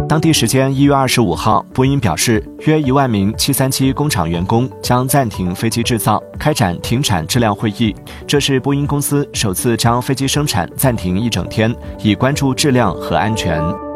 当地时间1月25号，波音表示，约1万名737工厂员工将暂停飞机制造，开展停产质量会议。这是波音公司首次将飞机生产暂停一整天，以关注质量和安全。